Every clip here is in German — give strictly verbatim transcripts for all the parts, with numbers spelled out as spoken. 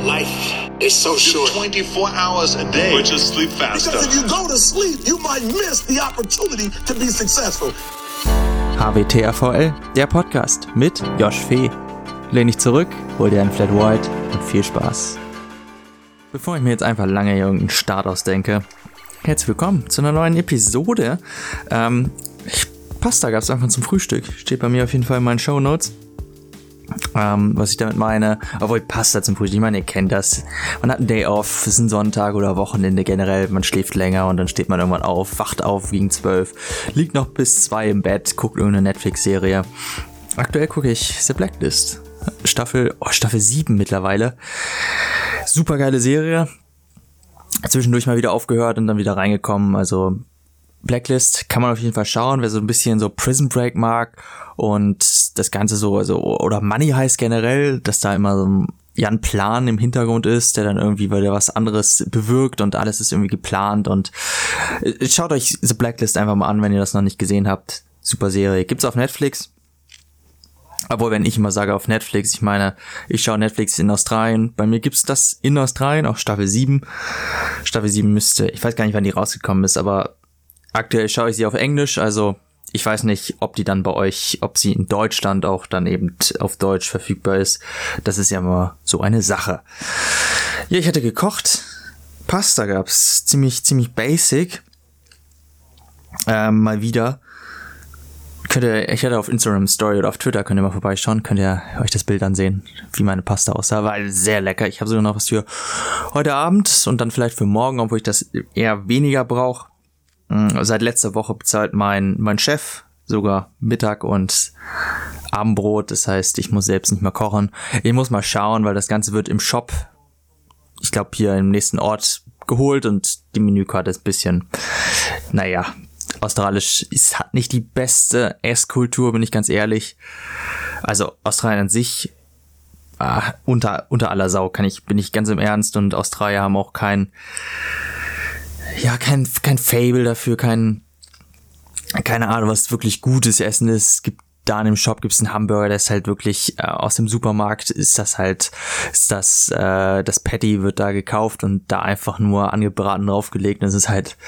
Life is so short. twenty-four hours a day. But just sleep faster. Because if you go to sleep, you might miss the opportunity to be successful. H W T A V L, der Podcast mit Josh Fee. Lehn dich zurück, hol dir einen Flat White und viel Spaß. Bevor ich mir jetzt einfach lange hier irgendeinen Start ausdenke, herzlich willkommen zu einer neuen Episode. Ähm, ich, Pasta gab es einfach zum Frühstück. Steht bei mir auf jeden Fall in meinen Shownotes. Ähm, was ich damit meine, obwohl Pasta zum Frühstück, ich meine, ihr kennt das. Man hat einen Day off, es ist ein Sonntag oder Wochenende generell, man schläft länger und dann steht man irgendwann auf, wacht auf gegen zwölf, liegt noch bis zwei im Bett, guckt irgendeine Netflix-Serie. Aktuell gucke ich The Blacklist. Staffel, oh, Staffel sieben mittlerweile. Super geile Serie. Zwischendurch mal wieder aufgehört und dann wieder reingekommen, also Blacklist kann man auf jeden Fall schauen, wer so ein bisschen so Prison Break mag und das Ganze so, also, oder Money Heist generell, dass da immer so ein Jan Plan im Hintergrund ist, der dann irgendwie wieder was anderes bewirkt und alles ist irgendwie geplant und schaut euch The Blacklist einfach mal an, wenn ihr das noch nicht gesehen habt. Super Serie. Gibt's auf Netflix. Obwohl, wenn ich immer sage auf Netflix, ich meine, ich schaue Netflix in Australien. Bei mir gibt's das in Australien, auch Staffel sieben. Staffel sieben müsste, ich weiß gar nicht, wann die rausgekommen ist, aber aktuell schaue ich sie auf Englisch, also ich weiß nicht, ob die dann bei euch, ob sie in Deutschland auch dann eben auf Deutsch verfügbar ist. Das ist ja mal so eine Sache. Ja, ich hatte gekocht. Pasta gab's. Ziemlich, ziemlich basic. Ähm, mal wieder. Könnt ihr, ich hatte auf Instagram Story oder auf Twitter, könnt ihr mal vorbeischauen, könnt ihr euch das Bild ansehen, wie meine Pasta aussah. War sehr lecker. Ich habe sogar noch was für heute Abend und dann vielleicht für morgen, obwohl ich das eher weniger brauche. Seit letzter Woche bezahlt mein mein Chef sogar Mittag und Abendbrot. Das heißt, ich muss selbst nicht mehr kochen. Ich muss mal schauen, weil das Ganze wird im Shop, ich glaube hier im nächsten Ort geholt und die Menükarte ist ein bisschen, naja, australisch ist, hat nicht die beste Esskultur, bin ich ganz ehrlich. Also Australien an sich ah, unter unter aller Sau, kann ich bin ich ganz im Ernst, und Australier haben auch kein Ja, kein, kein Fable dafür, kein, keine Ahnung, was wirklich gutes Essen ist. Es gibt da in dem Shop gibt's einen Hamburger, der ist halt wirklich, äh, aus dem Supermarkt ist das halt, ist das, äh, das Patty wird da gekauft und da einfach nur angebraten draufgelegt. Und es ist halt,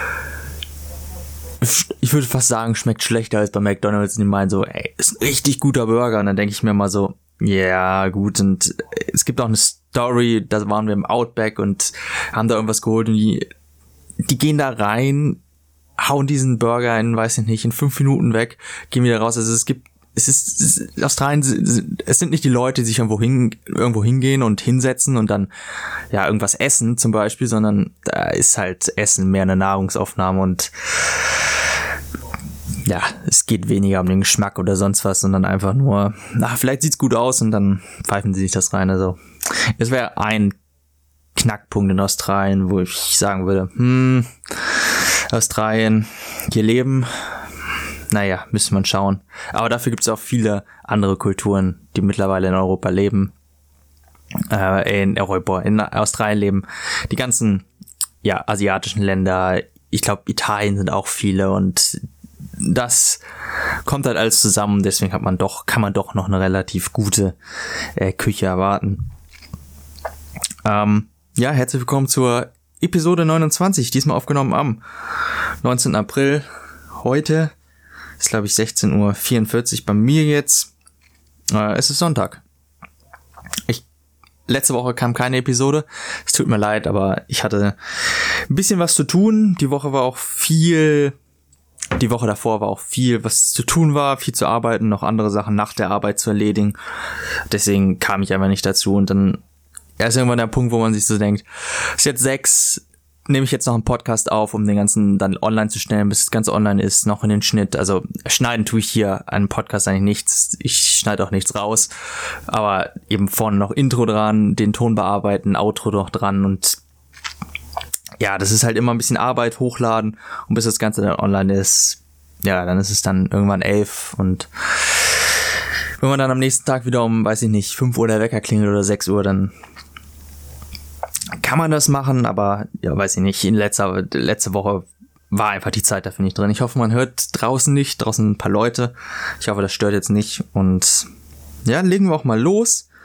ich würde fast sagen, schmeckt schlechter als bei McDonald's. Und die meinen so, ey, ist ein richtig guter Burger. Und dann denke ich mir mal so, ja, gut. Und es gibt auch eine Story, da waren wir im Outback und haben da irgendwas geholt und die, Die gehen da rein, hauen diesen Burger in, weiß ich nicht, in fünf Minuten weg, gehen wieder raus. Also es gibt, es ist, es ist Australien, es sind nicht die Leute, die sich irgendwo hin, irgendwo hingehen und hinsetzen und dann, ja, irgendwas essen zum Beispiel, sondern da ist halt Essen mehr eine Nahrungsaufnahme und, ja, es geht weniger um den Geschmack oder sonst was, sondern einfach nur, na, vielleicht sieht's gut aus und dann pfeifen sie sich das rein. Also, es wäre ein Knackpunkt in Australien, wo ich sagen würde, hm, Australien, hier leben, naja, müsste man schauen. Aber dafür gibt es auch viele andere Kulturen, die mittlerweile in Europa leben, äh, in Europa, in Australien leben. Die ganzen, ja, asiatischen Länder, ich glaube, Italien sind auch viele und das kommt halt alles zusammen, deswegen hat man doch, kann man doch noch eine relativ gute äh, Küche erwarten. Ähm, Ja, herzlich willkommen zur Episode neunundzwanzig, diesmal aufgenommen am neunzehnten April. Heute ist, glaube ich, sechzehn Uhr vierundvierzig bei mir jetzt. Äh, es ist Sonntag. Ich, letzte Woche kam keine Episode. Es tut mir leid, aber ich hatte ein bisschen was zu tun. Die Woche war auch viel, die Woche davor war auch viel, was zu tun war, viel zu arbeiten, noch andere Sachen nach der Arbeit zu erledigen. Deswegen kam ich einfach nicht dazu und dann ja, ist irgendwann der Punkt, wo man sich so denkt, es ist jetzt sechs, nehme ich jetzt noch einen Podcast auf, um den ganzen dann online zu stellen, bis das Ganze online ist, noch in den Schnitt. Also schneiden tue ich hier einen Podcast eigentlich nichts, ich schneide auch nichts raus, aber eben vorne noch Intro dran, den Ton bearbeiten, Outro noch dran und ja, das ist halt immer ein bisschen Arbeit, hochladen und bis das Ganze dann online ist, ja, dann ist es dann irgendwann elf und wenn man dann am nächsten Tag wieder um, weiß ich nicht, fünf Uhr der Wecker klingelt oder sechs Uhr, dann kann man das machen, aber ja, weiß ich nicht, in letzter letzte Woche war einfach die Zeit dafür nicht drin. Ich hoffe, man hört draußen nicht, draußen ein paar Leute. Ich hoffe, das stört jetzt nicht und ja, legen wir auch mal los.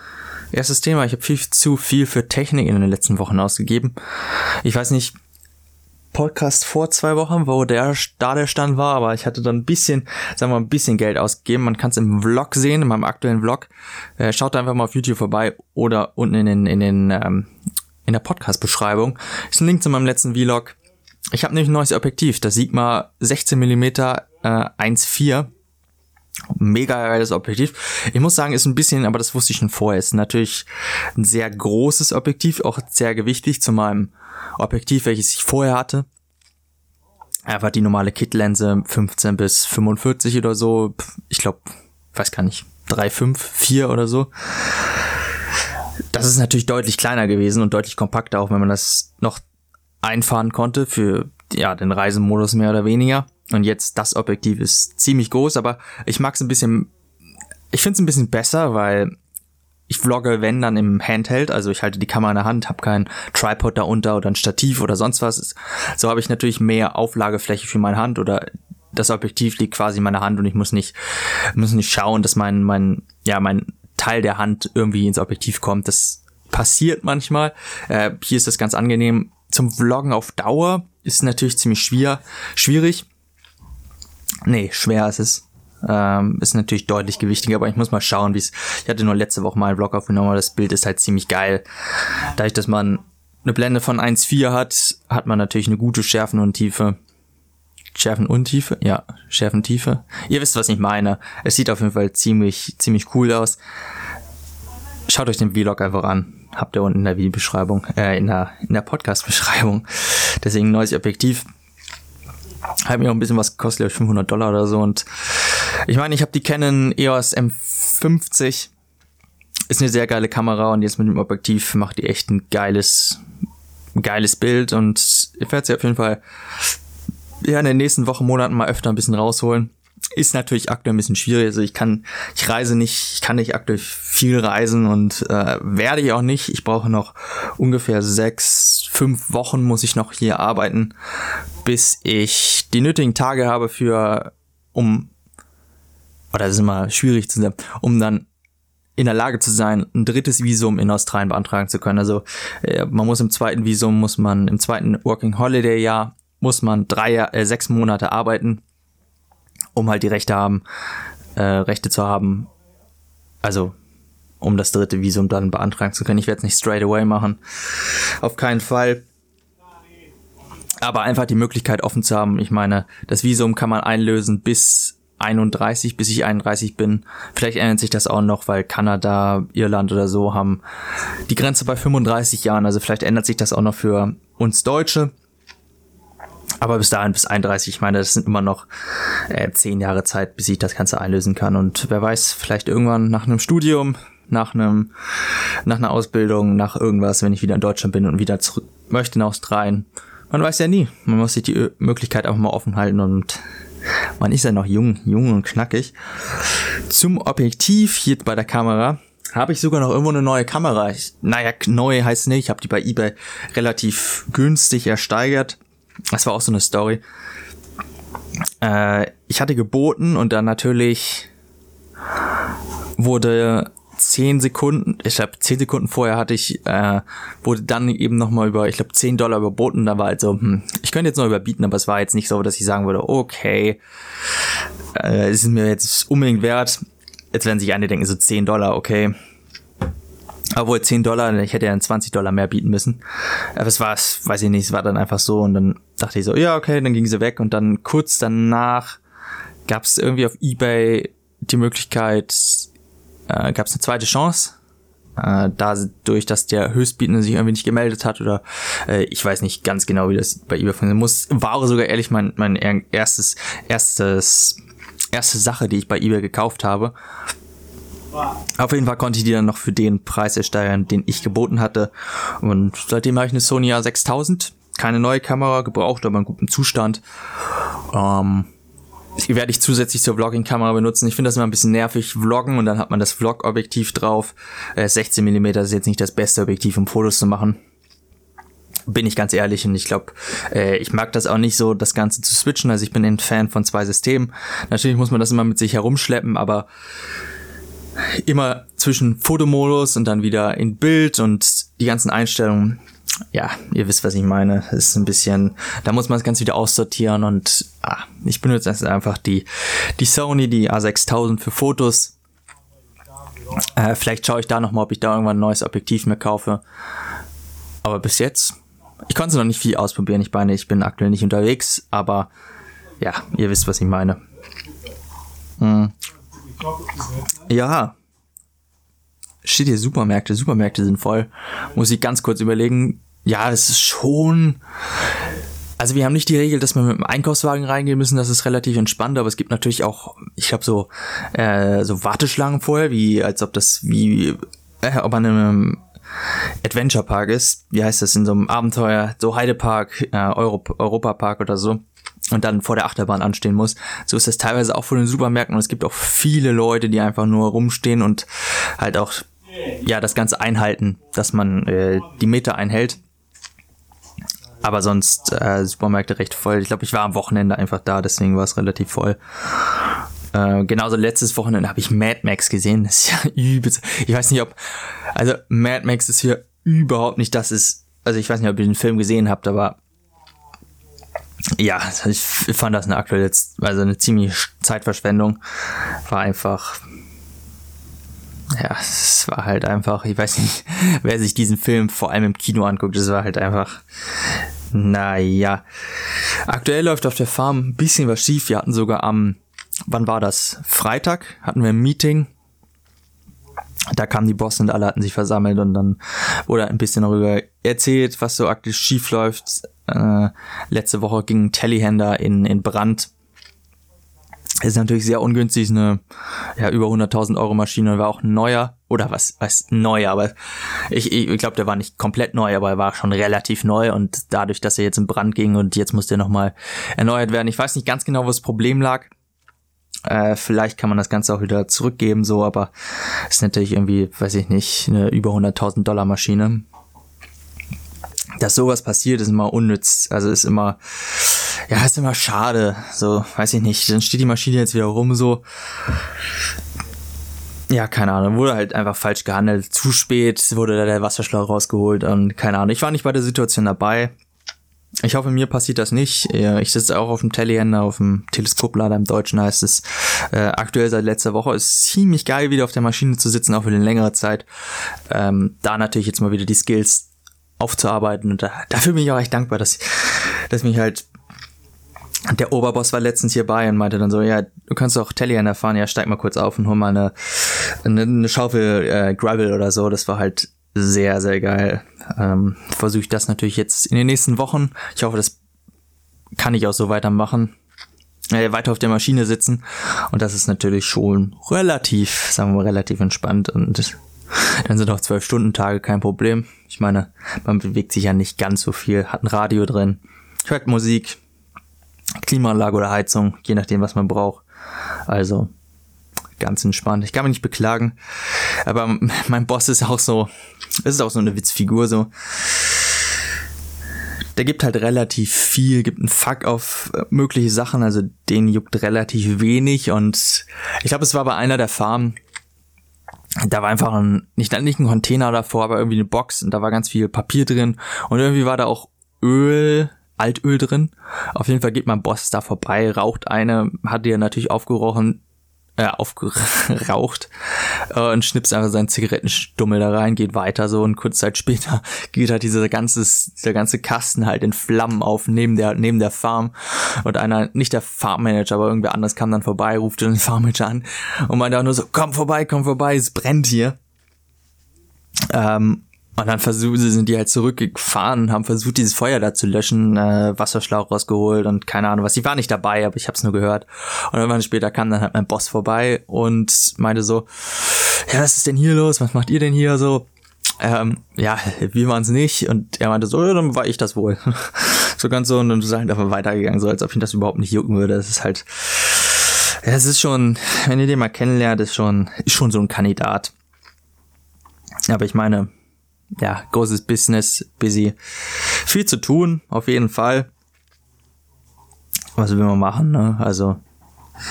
Erstes Thema, ich habe viel zu viel für Technik in den letzten Wochen ausgegeben. Ich weiß nicht, Podcast vor zwei Wochen, wo der da der Stand war, aber ich hatte dann ein bisschen, sagen wir mal, ein bisschen Geld ausgegeben. Man kann es im Vlog sehen, in meinem aktuellen Vlog. Äh, schaut einfach mal auf YouTube vorbei oder unten in den, in den, ähm, in der Podcast-Beschreibung ist ein Link zu meinem letzten Vlog. Ich habe nämlich ein neues Objektiv, das Sigma sechzehn Millimeter äh, eins Komma vier. Mega geiles Objektiv. Ich muss sagen, ist ein bisschen, aber das wusste ich schon vorher, ist natürlich ein sehr großes Objektiv, auch sehr gewichtig zu meinem Objektiv, welches ich vorher hatte. Einfach die normale Kit-Linse fünfzehn bis fünfundvierzig oder so. Ich glaube, weiß gar nicht, drei Komma fünf, vier oder so. Das ist natürlich deutlich kleiner gewesen und deutlich kompakter, auch wenn man das noch einfahren konnte für ja den Reisemodus mehr oder weniger. Und jetzt das Objektiv ist ziemlich groß, aber ich mag es ein bisschen, ich finde es ein bisschen besser, weil ich vlogge, wenn, dann im Handheld, also ich halte die Kamera in der Hand, habe keinen Tripod da unter oder ein Stativ oder sonst was. So habe ich natürlich mehr Auflagefläche für meine Hand oder das Objektiv liegt quasi in meiner Hand und ich muss nicht, muss nicht schauen, dass mein, mein, ja, mein Teil der Hand irgendwie ins Objektiv kommt. Das passiert manchmal. Äh, hier ist das ganz angenehm. Zum Vloggen auf Dauer ist natürlich ziemlich schwer, schwierig. Nee, schwer ist es. Ähm, ist natürlich deutlich gewichtiger, aber ich muss mal schauen, wie es. Ich hatte nur letzte Woche mal einen Vlog aufgenommen, aber das Bild ist halt ziemlich geil. Dadurch, dass man eine Blende von eins Komma vier hat, hat man natürlich eine gute Schärfenuntiefe. Schärfenuntiefe? Ja, Schärfentiefe. Ihr wisst, was ich meine. Es sieht auf jeden Fall ziemlich, ziemlich cool aus. Schaut euch den Vlog einfach an. Habt ihr unten in der Videobeschreibung, äh, in der, in der Podcast-Beschreibung. Deswegen neues Objektiv. Hat mir auch ein bisschen was gekostet, glaube ich, fünfhundert Dollar oder so. Und ich meine, ich habe die Canon E O S M fünfzig. Ist eine sehr geile Kamera und jetzt mit dem Objektiv macht die echt ein geiles, geiles Bild. Und ich werde sie auf jeden Fall ja in den nächsten Wochen, Monaten mal öfter ein bisschen rausholen. Ist natürlich aktuell ein bisschen schwierig. Also ich kann, ich reise nicht, ich kann nicht aktuell viel reisen und äh, werde ich auch nicht. Ich brauche noch ungefähr sechs, fünf Wochen muss ich noch hier arbeiten, bis ich die nötigen Tage habe für, um, oder das ist immer schwierig zu sagen, um dann in der Lage zu sein, ein drittes Visum in Australien beantragen zu können. Also äh, man muss im zweiten Visum, muss man im zweiten Working Holiday Jahr, muss man drei, äh, sechs Monate arbeiten, um halt die Rechte haben, äh, Rechte zu haben, also um das dritte Visum dann beantragen zu können. Ich werde es nicht straight away machen, auf keinen Fall. Aber einfach die Möglichkeit offen zu haben. Ich meine, das Visum kann man einlösen bis einunddreißig, bis ich einunddreißig bin. Vielleicht ändert sich das auch noch, weil Kanada, Irland oder so haben die Grenze bei fünfunddreißig Jahren. Also vielleicht ändert sich das auch noch für uns Deutsche. Aber bis dahin, bis einunddreißig, ich meine, das sind immer noch äh, zehn Jahre Zeit, bis ich das Ganze einlösen kann. Und wer weiß, vielleicht irgendwann nach einem Studium, nach einem, nach einer Ausbildung, nach irgendwas, wenn ich wieder in Deutschland bin und wieder zurück möchte nach Australien. Man weiß ja nie. Man muss sich die Möglichkeit einfach mal offen halten und man ist ja noch jung, jung und knackig. Zum Objektiv hier bei der Kamera habe ich sogar noch irgendwo eine neue Kamera. Ich, naja, neu heißt es nicht. Ich habe die bei eBay relativ günstig ersteigert. Das war auch so eine Story. Äh, ich hatte geboten und dann natürlich wurde zehn Sekunden, ich glaube zehn Sekunden vorher hatte ich, äh, wurde dann eben nochmal über, ich glaube zehn Dollar überboten. Da war halt so, hm, ich könnte jetzt noch überbieten, aber es war jetzt nicht so, dass ich sagen würde, okay, äh, es ist mir jetzt unbedingt wert. Jetzt werden sich einige denken, so zehn Dollar, okay. Obwohl zehn Dollar, ich hätte ja dann zwanzig Dollar mehr bieten müssen. Aber es war, weiß ich nicht, es war dann einfach so und dann dachte ich so, ja okay, dann ging sie weg und dann kurz danach gab es irgendwie auf eBay die Möglichkeit, äh, gab es eine zweite Chance, äh, dadurch, dass der Höchstbietende sich irgendwie nicht gemeldet hat oder äh, ich weiß nicht ganz genau, wie das bei eBay funktionieren muss. War sogar ehrlich mein mein erstes erstes erste Sache, die ich bei eBay gekauft habe. Auf jeden Fall konnte ich die dann noch für den Preis ersteigern, den ich geboten hatte. Und seitdem habe ich eine Sony A sechstausend. Keine neue Kamera, gebraucht, aber in gutem Zustand. Ähm, die werde ich zusätzlich zur Vlogging-Kamera benutzen. Ich finde das immer ein bisschen nervig, vloggen und dann hat man das Vlog-Objektiv drauf. Äh, sechzehn Millimeter ist jetzt nicht das beste Objektiv, um Fotos zu machen. Bin ich ganz ehrlich und ich glaube, äh, ich mag das auch nicht so, das Ganze zu switchen. Also ich bin ein Fan von zwei Systemen. Natürlich muss man das immer mit sich herumschleppen, aber immer zwischen Fotomodus und dann wieder in Bild und die ganzen Einstellungen. Ja, ihr wisst, was ich meine. Das ist ein bisschen, da muss man das Ganze wieder aussortieren und ah, ich benutze jetzt einfach die, die Sony, die A sechstausend für Fotos. Äh, vielleicht schaue ich da nochmal, ob ich da irgendwann ein neues Objektiv mehr kaufe. Aber bis jetzt, ich konnte noch nicht viel ausprobieren. Ich meine, ich bin aktuell nicht unterwegs, aber ja, ihr wisst, was ich meine. Hm. Ja. Steht hier Supermärkte. Supermärkte sind voll. Muss ich ganz kurz überlegen. Ja, es ist schon... Also wir haben nicht die Regel, dass wir mit dem Einkaufswagen reingehen müssen. Das ist relativ entspannt. Aber es gibt natürlich auch, ich glaube, so äh, so Warteschlangen vorher, wie als ob das wie... Äh, ob man in einem Adventure Park ist. Wie heißt das? In so einem Abenteuer, so Heidepark, äh, Europ- Europa-Park oder so. Und dann vor der Achterbahn anstehen muss. So ist das teilweise auch vor den Supermärkten. Und es gibt auch viele Leute, die einfach nur rumstehen und halt auch ja das Ganze einhalten, dass man äh, die Meter einhält. Aber sonst äh, Supermärkte recht voll. Ich glaube, ich war am Wochenende einfach da, deswegen war es relativ voll. Äh, genauso letztes Wochenende habe ich Mad Max gesehen. Das ist ja übelst. Ich weiß nicht, ob... Also Mad Max ist hier überhaupt nicht das ist... Also ich weiß nicht, ob ihr den Film gesehen habt, aber... Ja, ich fand das eine aktuelle, also eine ziemlich Zeitverschwendung. War einfach... Ja, es war halt einfach, ich weiß nicht, wer sich diesen Film vor allem im Kino anguckt, es war halt einfach, naja. Aktuell läuft auf der Farm ein bisschen was schief. Wir hatten sogar am, wann war das? Freitag hatten wir ein Meeting. Da kamen die Bosse und alle hatten sich versammelt und dann wurde ein bisschen darüber erzählt, was so aktuell schief läuft. Äh, letzte Woche ging ein Telehandler in, in Brand. Es ist natürlich sehr ungünstig, ist eine ja, über hunderttausend Euro Maschine, war auch ein neuer, oder was, was neuer, aber ich, ich, ich glaube, der war nicht komplett neu, aber er war schon relativ neu und dadurch, dass er jetzt in Brand ging und jetzt muss der nochmal erneuert werden. Ich weiß nicht ganz genau, wo das Problem lag. Äh, vielleicht kann man das Ganze auch wieder zurückgeben, so, aber es ist natürlich irgendwie, weiß ich nicht, eine über hunderttausend Dollar Maschine. Dass sowas passiert, ist immer unnütz, also ist immer, ja, ist immer schade, so, weiß ich nicht, dann steht die Maschine jetzt wieder rum, so, ja, keine Ahnung, wurde halt einfach falsch gehandelt, zu spät wurde da der Wasserschlauch rausgeholt und keine Ahnung, ich war nicht bei der Situation dabei, ich hoffe, mir passiert das nicht, ich sitze auch auf dem Telehandler, auf dem Teleskoplader, im Deutschen heißt es, äh, aktuell seit letzter Woche, ist ziemlich geil, wieder auf der Maschine zu sitzen, auch für eine längere Zeit, ähm, da natürlich jetzt mal wieder die Skills aufzuarbeiten und da, dafür bin ich auch echt dankbar, dass, dass mich halt der Oberboss war letztens hier bei und meinte dann so, ja, du kannst auch Telehandler fahren, ja, steig mal kurz auf und hol mal eine, eine, eine Schaufel äh, Gravel oder so, das war halt sehr, sehr geil. Ähm, versuche ich das natürlich jetzt in den nächsten Wochen, ich hoffe, das kann ich auch so weitermachen, äh, weiter auf der Maschine sitzen und das ist natürlich schon relativ, sagen wir mal, relativ entspannt und dann sind auch zwölf Stunden Tage kein Problem. Ich meine, man bewegt sich ja nicht ganz so viel, hat ein Radio drin, hört Musik, Klimaanlage oder Heizung, je nachdem, was man braucht. Also ganz entspannt. Ich kann mich nicht beklagen, aber mein Boss ist auch so, es ist auch so eine Witzfigur so. Der gibt halt relativ viel, gibt einen Fuck auf mögliche Sachen, also den juckt relativ wenig und ich glaube, es war bei einer der Farmen. Da war einfach ein, nicht, nicht ein Container davor, aber irgendwie eine Box und da war ganz viel Papier drin und irgendwie war da auch Öl, Altöl drin. Auf jeden Fall geht mein Boss da vorbei, raucht eine, hat die ja natürlich aufgerochen, äh, aufgeraucht äh, und schnippst einfach seinen Zigarettenstummel da rein, geht weiter so und kurz Zeit später geht halt dieser ganze, dieser ganze Kasten halt in Flammen auf neben der, neben der Farm und einer, nicht der Farmmanager, aber irgendwer anders kam dann vorbei, ruft den Farmmanager an und meinte auch nur so, komm vorbei, komm vorbei, es brennt hier. Ähm, Und dann versuchen sie, sind die halt zurückgefahren und haben versucht, dieses Feuer da zu löschen, äh, Wasserschlauch rausgeholt und keine Ahnung was. Ich war nicht dabei, aber ich hab's nur gehört. Und irgendwann später kam dann halt mein Boss vorbei und meinte so, ja, was ist denn hier los? Was macht ihr denn hier so? Ähm, ja, wir waren's nicht. Und er meinte so, ja, dann war ich das wohl. So ganz so und dann ist er halt einfach weitergegangen, so als ob ihn das überhaupt nicht jucken würde. Das ist halt, ja, es ist schon, wenn ihr den mal kennenlernt, ist schon, ist schon so ein Kandidat. Aber ich meine, ja, großes Business, busy. Viel zu tun, auf jeden Fall. Was will man machen, ne? Also,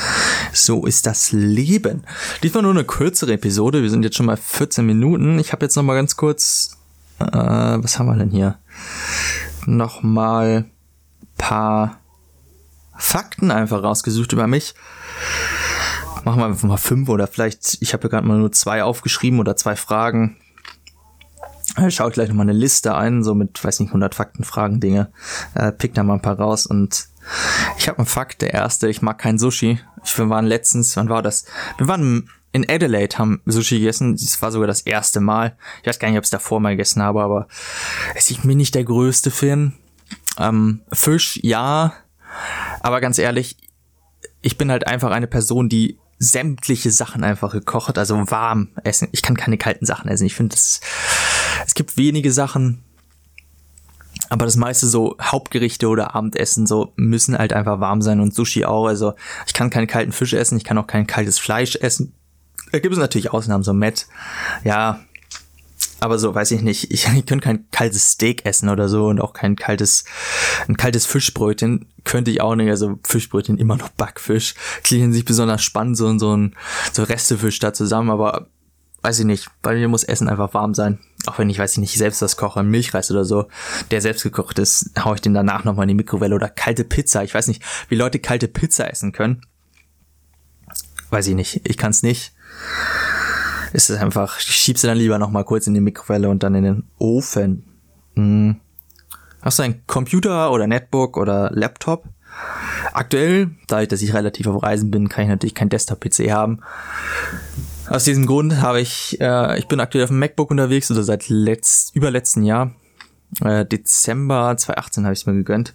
So ist das Leben. Diesmal nur eine kürzere Episode. Wir sind jetzt schon mal vierzehn Minuten. Ich habe jetzt noch mal ganz kurz, äh, was haben wir denn hier? Noch mal paar Fakten einfach rausgesucht über mich. Machen wir einfach mal fünf oder vielleicht, ich habe ja gerade mal nur zwei aufgeschrieben oder zwei Fragen. Da schaue ich gleich nochmal eine Liste ein, so mit, weiß nicht, hundert Fakten, Fragen, Dinge. Äh, pick da mal ein paar raus und ich habe einen Fakt, der erste, ich mag kein Sushi. Ich, wir waren letztens, wann war das? Wir waren in Adelaide, haben Sushi gegessen. Das war sogar das erste Mal. Ich weiß gar nicht, ob ich es davor mal gegessen habe, aber ich bin nicht der größte Fan. Ähm, Fisch, ja. Aber ganz ehrlich, ich bin halt einfach eine Person, die sämtliche Sachen einfach gekocht hat, also warm essen. Ich kann keine kalten Sachen essen. Ich finde, es es gibt wenige Sachen, aber das meiste so Hauptgerichte oder Abendessen so müssen halt einfach warm sein und Sushi auch. Also ich kann keinen kalten Fisch essen, ich kann auch kein kaltes Fleisch essen. Da gibt es natürlich Ausnahmen, so Met. Ja, aber so, weiß ich nicht, ich, ich könnte kein kaltes Steak essen oder so und auch kein kaltes, ein kaltes Fischbrötchen könnte ich auch nicht, also Fischbrötchen immer noch Backfisch, klingen sich besonders spannend, so, so ein, so Restefisch da zusammen, aber weiß ich nicht, bei mir muss Essen einfach warm sein, auch wenn ich, weiß ich nicht, selbst das koche, Milchreis oder so, der selbst gekocht ist, hau ich den danach nochmal in die Mikrowelle oder kalte Pizza, ich weiß nicht, wie Leute kalte Pizza essen können, weiß ich nicht, ich kann's nicht. Ist es einfach, ich schieb sie dann lieber noch mal kurz in die Mikrowelle und dann in den Ofen. Hm. Hast du einen Computer oder Netbook oder Laptop? Aktuell, dadurch, dass ich relativ auf Reisen bin, kann ich natürlich kein Desktop-P C haben. Aus diesem Grund habe ich, äh, ich bin aktuell auf dem MacBook unterwegs, oder seit letzt, überletzten Jahr. Äh, Dezember zwanzig achtzehn habe ich es mir gegönnt.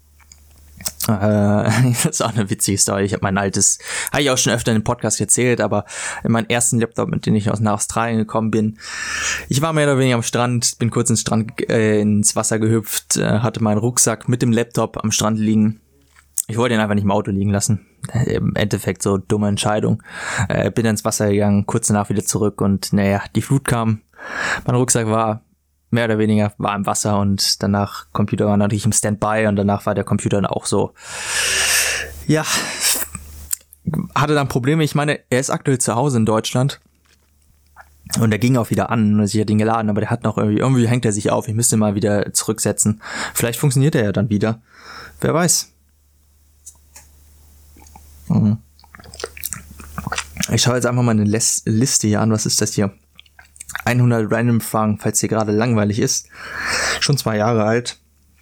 Äh, das ist auch eine witzige Story. Ich habe mein altes, habe ich auch schon öfter in dem Podcast erzählt, aber in meinem ersten Laptop, mit dem ich aus nach Australien gekommen bin, ich war mehr oder weniger am Strand, bin kurz ins Strand äh, ins Wasser gehüpft, äh, hatte meinen Rucksack mit dem Laptop am Strand liegen. Ich wollte ihn einfach nicht im Auto liegen lassen. Im Endeffekt so dumme Entscheidung. Äh, bin ins Wasser gegangen, kurz danach wieder zurück und naja, die Flut kam. Mein Rucksack war mehr oder weniger war im Wasser und danach Computer war natürlich im Standby und danach war der Computer dann auch so, ja, hatte dann Probleme. Ich meine, er ist aktuell zu Hause in Deutschland und er ging auch wieder an und ich hatte ihn geladen, aber der hat noch irgendwie, irgendwie hängt er sich auf. Ich müsste mal wieder zurücksetzen. Vielleicht funktioniert er ja dann wieder. Wer weiß. Mhm. Ich schaue jetzt einfach mal eine Les- Liste hier an. Was ist das hier? hundert random Fragen, falls dir gerade langweilig ist. Schon zwei Jahre alt.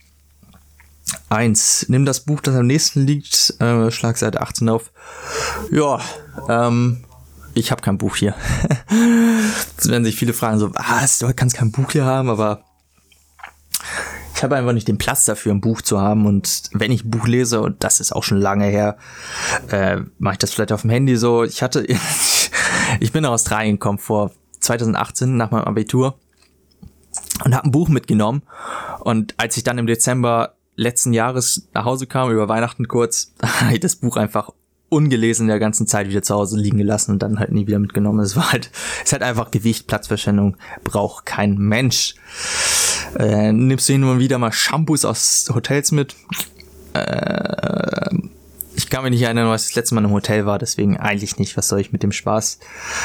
Eins. Nimm das Buch, das am nächsten liegt. Äh, schlag Seite achtzehn auf. Ja, ähm, ich habe kein Buch hier. Jetzt werden sich viele fragen so, was, du kannst kein Buch hier haben, aber ich habe einfach nicht den Platz dafür, ein Buch zu haben. Und wenn ich ein Buch lese, und das ist auch schon lange her, äh, mache ich das vielleicht auf dem Handy so. Ich hatte, ich bin nach Australien gekommen vor zwanzig achtzehn nach meinem Abitur und habe ein Buch mitgenommen und als ich dann im Dezember letzten Jahres nach Hause kam, über Weihnachten kurz, habe ich das Buch einfach ungelesen in der ganzen Zeit wieder zu Hause liegen gelassen und dann halt nie wieder mitgenommen. Es war halt, es ist halt einfach Gewicht, Platzverschwendung, braucht kein Mensch. Äh, nimmst du hin und wieder mal Shampoos aus Hotels mit? Äh, ich kann mich nicht erinnern, was das letzte Mal im Hotel war, deswegen eigentlich nicht. Was soll ich mit dem Spaß?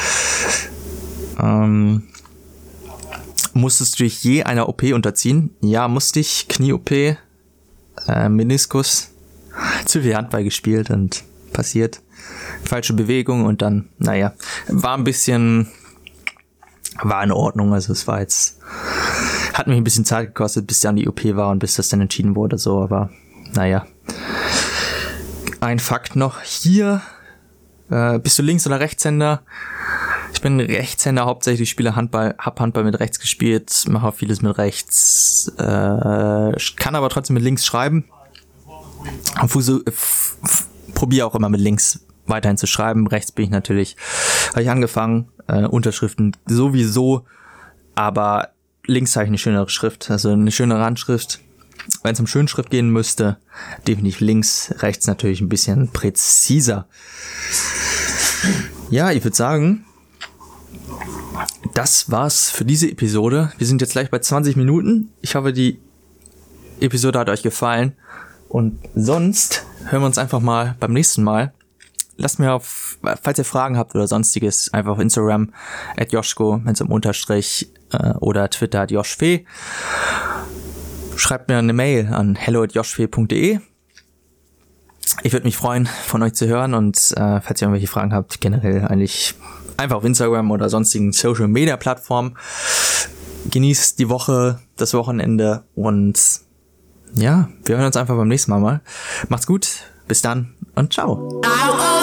Ähm, musstest du dich je einer O P unterziehen? Ja, musste ich. Knie-O P, äh, Meniskus, zu viel Handball gespielt und passiert. Falsche Bewegung und dann, naja, war ein bisschen, war in Ordnung. Also es war jetzt, hat mich ein bisschen Zeit gekostet, bis dann die O P war und bis das dann entschieden wurde, so, aber naja. Ein Fakt noch hier, äh, bist du Links- oder Rechtshänder? Ich bin Rechtshänder, hauptsächlich spiele Handball, hab Handball mit rechts gespielt, mache auch vieles mit rechts, äh, kann aber trotzdem mit links schreiben. Probiere auch immer mit links weiterhin zu schreiben. Rechts bin ich natürlich, habe ich angefangen, äh, Unterschriften sowieso, aber links habe ich eine schönere Schrift, also eine schönere Handschrift. Wenn es um Schönschrift gehen müsste, definitiv links, rechts natürlich ein bisschen präziser. Ja, ich würde sagen, das war's für diese Episode. Wir sind jetzt gleich bei zwanzig Minuten. Ich hoffe, die Episode hat euch gefallen. Und sonst hören wir uns einfach mal beim nächsten Mal. lasst mir auf, falls ihr Fragen habt oder sonstiges, einfach auf Instagram at Joschko, mit so einem Unterstrich, äh, oder Twitter at Joschfee. Schreibt mir eine Mail an hello at joschfee punkt de. Ich würde mich freuen, von euch zu hören, und äh, falls ihr irgendwelche Fragen habt, generell eigentlich einfach auf Instagram oder sonstigen Social Media Plattformen. Genießt die Woche, das Wochenende, und ja, wir hören uns einfach beim nächsten Mal mal. Macht's gut, bis dann und ciao.